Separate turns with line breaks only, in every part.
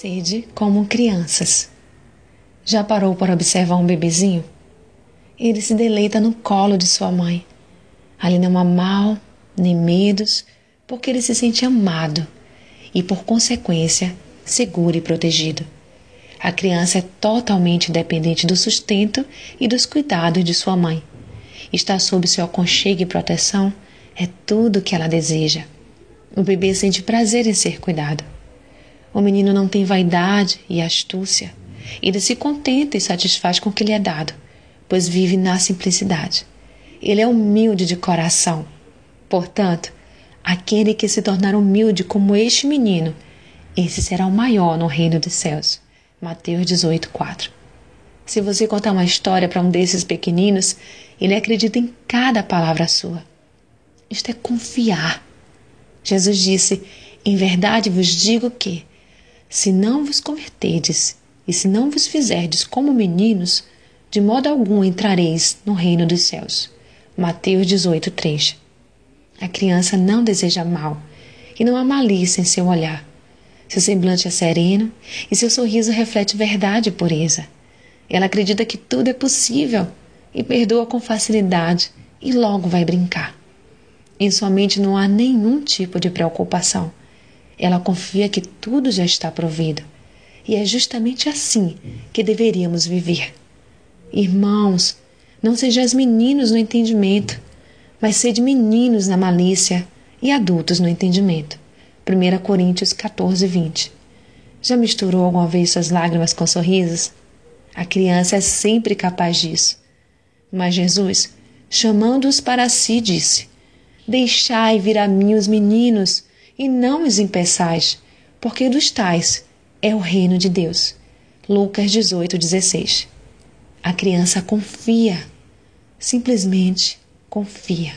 Sede como crianças. Já parou para observar um bebezinho? Ele se deleita no colo de sua mãe. Ali não há mal, nem medos, porque ele se sente amado e, por consequência, seguro e protegido. A criança é totalmente dependente do sustento e dos cuidados de sua mãe. Estar sob seu aconchego e proteção é tudo o que ela deseja. O bebê sente prazer em ser cuidado. O menino não tem vaidade e astúcia. Ele se contenta e satisfaz com o que lhe é dado, pois vive na simplicidade. Ele é humilde de coração. Portanto, aquele que se tornar humilde como este menino, esse será o maior no reino dos céus. Mateus 18:4. Se você contar uma história para um desses pequeninos, ele acredita em cada palavra sua. Isto é confiar. Jesus disse: em verdade vos digo que, se não vos converterdes e se não vos fizerdes como meninos, de modo algum entrareis no reino dos céus. Mateus 18:3. A criança não deseja mal e não há malícia em seu olhar. Seu semblante é sereno e seu sorriso reflete verdade e pureza. Ela acredita que tudo é possível e perdoa com facilidade e logo vai brincar. Em sua mente não há nenhum tipo de preocupação. Ela confia que tudo já está provido. E é justamente assim que deveríamos viver. Irmãos, não sejais meninos no entendimento, mas sede meninos na malícia e adultos no entendimento. 1 Coríntios 14:20. Já misturou alguma vez suas lágrimas com sorrisos? A criança é sempre capaz disso. Mas Jesus, chamando-os para si, disse: deixai vir a mim os meninos, e não os impeçais, porque dos tais é o reino de Deus. Lucas 18:16. A criança confia, simplesmente confia.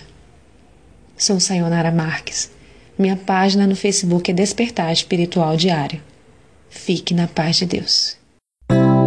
Sou Sayonara Marques. Minha página no Facebook é Despertar Espiritual Diário. Fique na paz de Deus.